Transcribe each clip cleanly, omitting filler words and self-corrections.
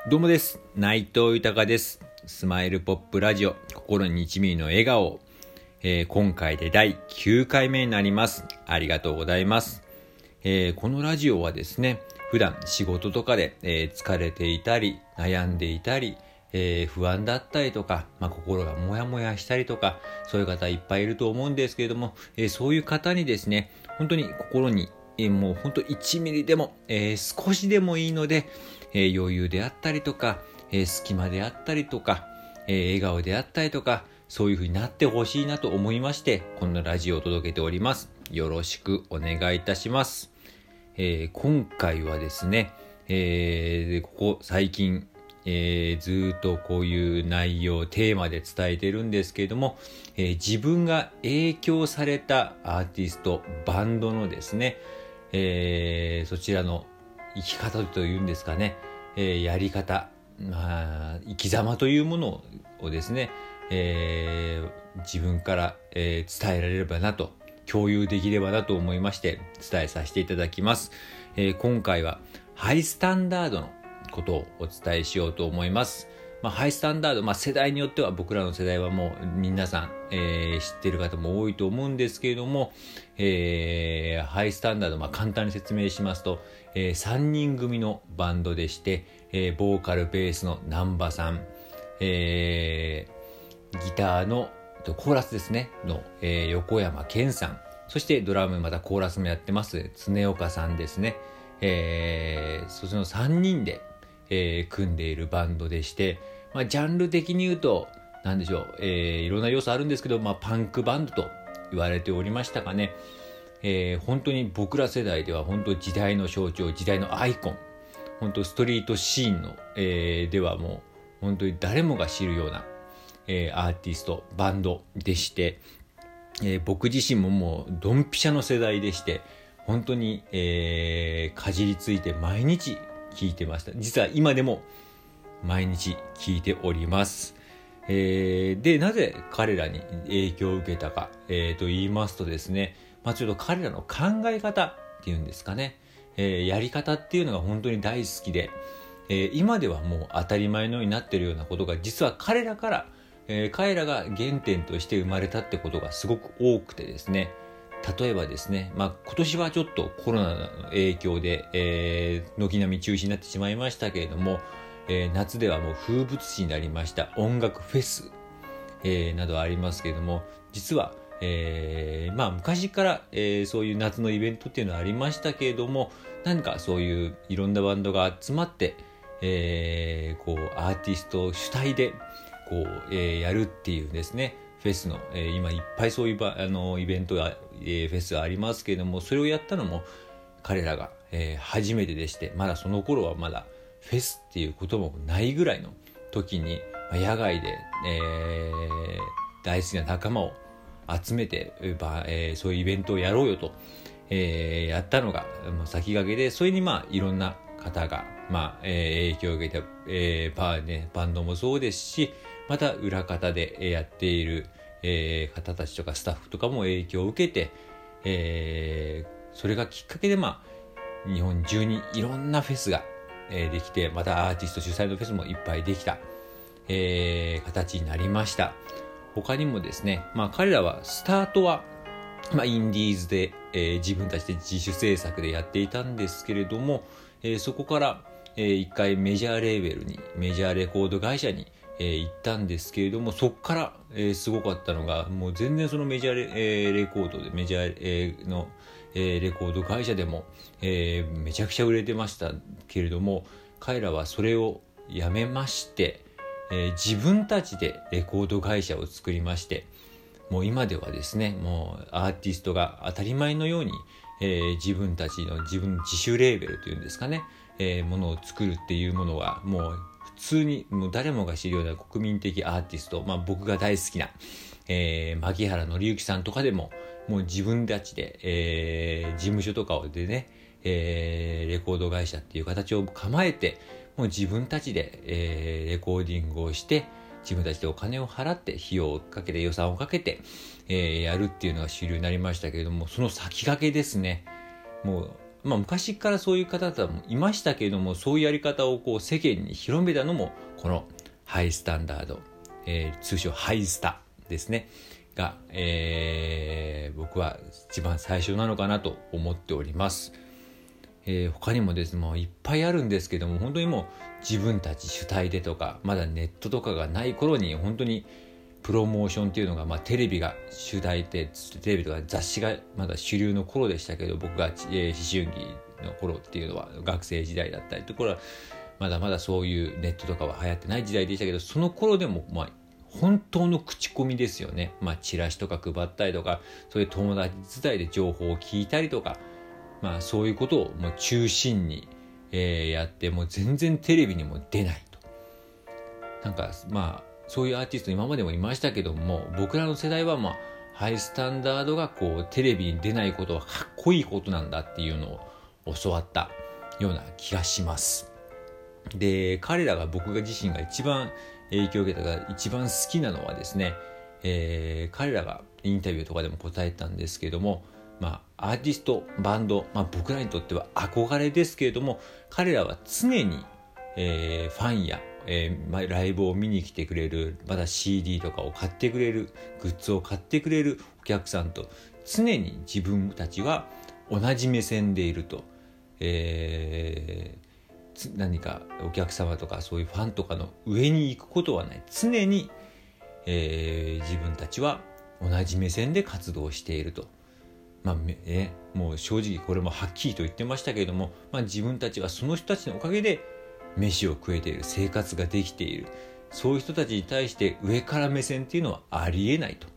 どうもです。内藤豊です。スマイルポップラジオ、心に1ミリの笑顔、今回で第9回目になります。ありがとうございます。このラジオはですね、普段仕事とかで、疲れていたり、悩んでいたり、不安だったりとか、心がモヤモヤしたりとか、そういう方いっぱいいると思うんですけれども、そういう方にですね、本当に心にもう本当1ミリでも、少しでもいいので、余裕であったりとか、隙間であったりとか、笑顔であったりとか、そういう風になってほしいなと思いまして、このラジオを届けております。よろしくお願いいたします。今回はですね、ここ最近、ずっとこういう内容テーマで伝えてるんですけれども、自分が影響されたアーティストバンドのですね、そちらの生き方というんですかね、やり方、生き様というものをですね、自分から、伝えられればなと、共有できればなと思いまして伝えさせていただきます。今回はハイスタンダードのことをお伝えしようと思います。ハイスタンダード、世代によっては僕らの世代はもう皆さん、知っている方も多いと思うんですけれども、ハイスタンダード、簡単に説明しますと、3人組のバンドでして、ボーカルベースの南波さん、ギターのコーラスですねの、横山健さん、そしてドラムまたコーラスもやってます常岡さんですね、その3人で組んでいるバンドでして、ジャンル的に言うと何でしょう、いろんな要素あるんですけど、パンクバンドと言われておりましたかね。本当に僕ら世代では本当時代の象徴、時代のアイコン、本当ストリートシーンの、ではもう本当に誰もが知るような、アーティストバンドでして、僕自身ももうドンピシャの世代でして、本当に、かじりついて毎日聞いてました。実は今でも毎日聞いております。で、なぜ彼らに影響を受けたか、と言いますとですね、ちょっと彼らの考え方っていうんですかね、やり方っていうのが本当に大好きで、今ではもう当たり前のようになっているようなことが実は彼らが原点として生まれたってことがすごく多くてですね、例えばですね、今年はちょっとコロナの影響で、軒並み中止になってしまいましたけれども、夏ではもう風物詩になりました音楽フェス、などありますけれども、実は、昔から、そういう夏のイベントっていうのはありましたけれども、何かそういういろんなバンドが集まって、こうアーティスト主体でこう、やるっていうですねフェスの、今いっぱいそういうイベントが、フェスがありますけれども、それをやったのも彼らが、初めてでして、まだその頃はまだフェスっていうこともないぐらいの時に、野外で、大好きな仲間を集めて、そういうイベントをやろうよと、やったのが先駆けで、それにいろんな方が、影響を受けた、バンドもそうですし、また裏方でやっている、方たちとかスタッフとかも影響を受けて、それがきっかけで、日本中にいろんなフェスが、できて、またアーティスト主催のフェスもいっぱいできた、形になりました。他にもですね、彼らはスタートは、インディーズで、自分たちで自主制作でやっていたんですけれども、そこから、一回メジャーレーベルに、メジャーレコード会社に、行ったんですけれども、そこから、すごかったのが、もう全然そのメジャーレコードで、メジャー、の、レコード会社でも、めちゃくちゃ売れてましたけれども、彼らはそれをやめまして、自分たちでレコード会社を作りまして、もう今ではですね、もうアーティストが当たり前のように、自分たちの自主レーベルというんですかね、ものを作るっていうものはもう普通にもう誰もが知るような国民的アーティスト、僕が大好きな、牧原紀之さんとかでももう自分たちで、事務所とかでね、レコード会社っていう形を構えて、もう自分たちで、レコーディングをして自分たちでお金を払って費用をかけて予算をかけて、やるっていうのが主流になりましたけれども、その先駆けですね。もう昔からそういう方々もいましたけれども、そういうやり方をこう世間に広めたのもこのハイスタンダード、通称ハイスタですねが、僕は一番最初なのかなと思っております。他にもですね、もういっぱいあるんですけども、本当にもう自分たち主体でとか、まだネットとかがない頃に本当にプロモーションっていうのが、テレビが主体で、テレビとか雑誌がまだ主流の頃でしたけど、僕が、思春期の頃っていうのは学生時代だったりところはまだまだそういうネットとかは流行ってない時代でしたけど、その頃でも本当の口コミですよね。チラシとか配ったりとか、そういう友達伝いで情報を聞いたりとか、そういうことをもう中心に、やって、もう全然テレビにも出ないと。そういうアーティスト今までもいましたけども、僕らの世代はハイスタンダードがこうテレビに出ないことはかっこいいことなんだっていうのを教わったような気がします。で、彼らが僕が自身が一番影響を受けたが一番好きなのはですね、彼らがインタビューとかでも答えたんですけども、アーティストバンド、僕らにとっては憧れですけれども、彼らは常に、ファンや、ライブを見に来てくれる、また CD とかを買ってくれる、グッズを買ってくれるお客さんと常に自分たちは同じ目線でいると、何かお客様とかそういうファンとかの上に行くことはない。常に、自分たちは同じ目線で活動していると。もう正直これもはっきりと言ってましたけれども、自分たちはその人たちのおかげで飯を食えている、生活ができている、そういう人たちに対して上から目線っていうのはありえないと。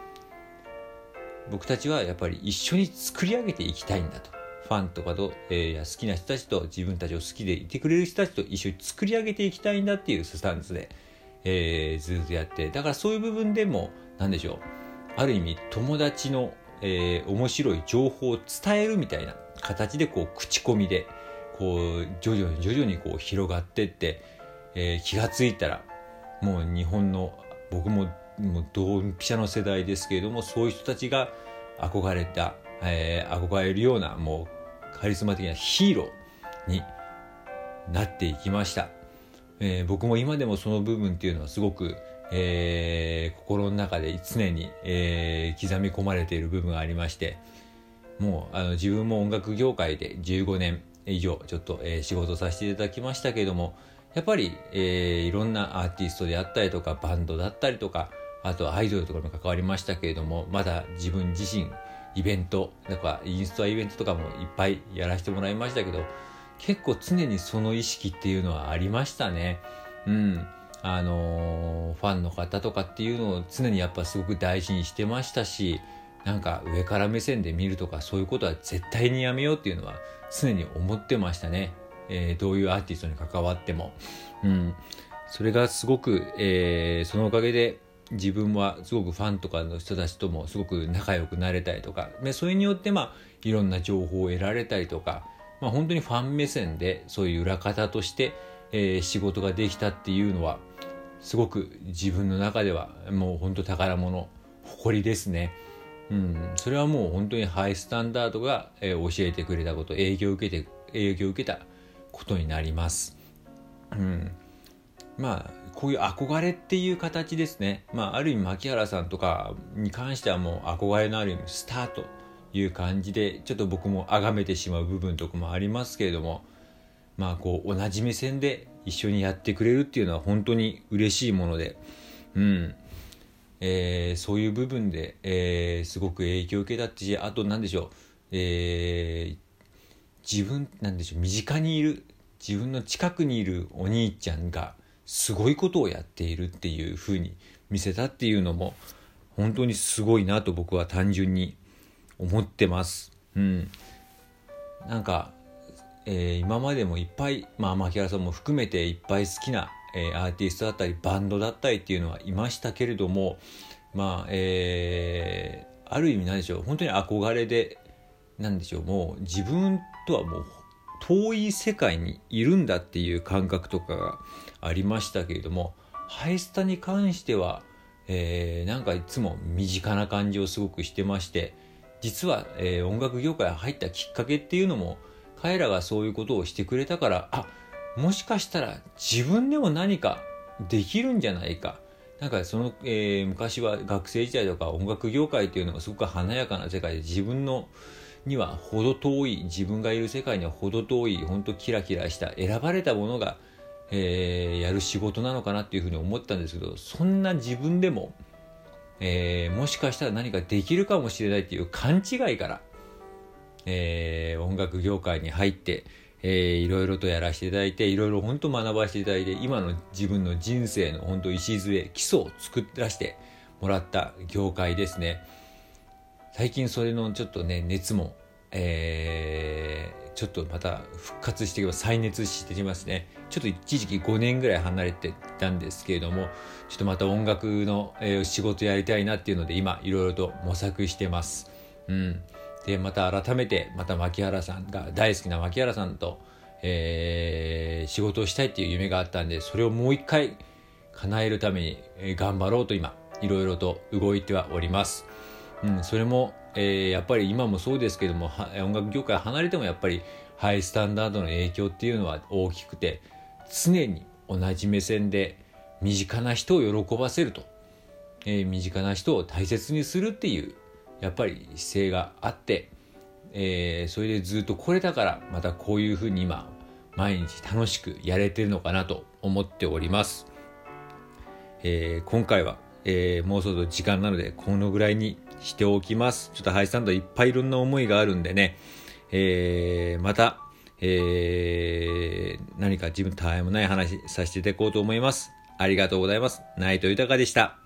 僕たちはやっぱり一緒に作り上げていきたいんだと。ファンとかと、好きな人たちと自分たちを好きでいてくれる人たちと一緒に作り上げていきたいんだっていうスタンスで、ずっとやって、だからそういう部分でもある意味友達の面白い情報を伝えるみたいな形でこう口コミでこう徐々にこう広がっていって、気がついたらもう日本の僕もドンピシャの世代ですけれども、そういう人たちが憧れるようなもうカリスマ的なヒーローになっていきました。僕も今でもその部分っていうのはすごく心の中で常に、刻み込まれている部分がありまして、もう自分も音楽業界で15年以上ちょっと、仕事させていただきましたけれども、やっぱり、いろんなアーティストであったりとかバンドだったりとか、あとアイドルとかにも関わりましたけれども、まだ自分自身イベントだからインスタイベントとかもいっぱいやらせてもらいましたけど、結構常にその意識っていうのはありましたね。ファンの方とかっていうのを常にやっぱすごく大事にしてましたし、上から目線で見るとかそういうことは絶対にやめようっていうのは常に思ってましたね。どういうアーティストに関わっても、それがすごく、そのおかげで自分はすごくファンとかの人たちともすごく仲良くなれたりとか、それによっていろんな情報を得られたりとか、本当にファン目線でそういう裏方として、仕事ができたっていうのはすごく自分の中ではもう本当宝物、誇りですね。それはもう本当にハイスタンダードが、教えてくれたこと、影響を受けたことになります。こういう憧れっていう形ですね。ある意味牧原さんとかに関してはもう憧れのある意味スタートという感じでちょっと僕も崇めてしまう部分とかもありますけれども、こう同じ目線で一緒にやってくれるっていうのは本当に嬉しいもので、そういう部分で、すごく影響を受けたってし、あと身近にいる自分の近くにいるお兄ちゃんがすごいことをやっているっていう風に見せたっていうのも本当にすごいなと僕は単純に思ってます。今までもいっぱい、牧原さんも含めていっぱい好きな、アーティストだったりバンドだったりっていうのはいましたけれども、ある意味本当に憧れでもう自分とはもう遠い世界にいるんだっていう感覚とかがありましたけれども、ハイスタに関しては、いつも身近な感じをすごくしてまして、実は、音楽業界に入ったきっかけっていうのも彼らがそういうことをしてくれたから、もしかしたら自分でも何かできるんじゃないか。なんか昔は学生時代とか音楽業界っていうのがすごく華やかな世界で、自分には程遠い、自分がいる世界には程遠い、本当キラキラした選ばれたものが、やる仕事なのかなっていうふうに思ったんですけど、そんな自分でも、もしかしたら何かできるかもしれないっていう勘違いから、音楽業界に入って、いろいろとやらせていただいて、いろいろ本当学ばせていただいて、今の自分の人生の本当礎、基礎を作らせてもらった業界ですね。最近それのちょっとね、熱も、ちょっとまた復活して再熱してきますね。ちょっと一時期5年ぐらい離れてたんですけれども、ちょっとまた音楽の、仕事やりたいなっていうので、今いろいろと模索してます。でまた改めて牧原さんが大好きな牧原さんと、仕事をしたいっていう夢があったんで、それをもう一回叶えるために、頑張ろうと今いろいろと動いてはおります。それも、やっぱり今もそうですけども、音楽業界離れてもやっぱりハイスタンダードの影響っていうのは大きくて、常に同じ目線で身近な人を喜ばせると、身近な人を大切にするっていうやっぱり姿勢があって、それでずっと来れたから、またこういうふうに今毎日楽しくやれてるのかなと思っております。今回は、もうそろそろ時間なのでこのぐらいにしておきます。ちょっとハイスタンドいっぱいいろんな思いがあるんでね、また、何か自分たわいもない話させていただこうと思います。ありがとうございます。内藤豊でした。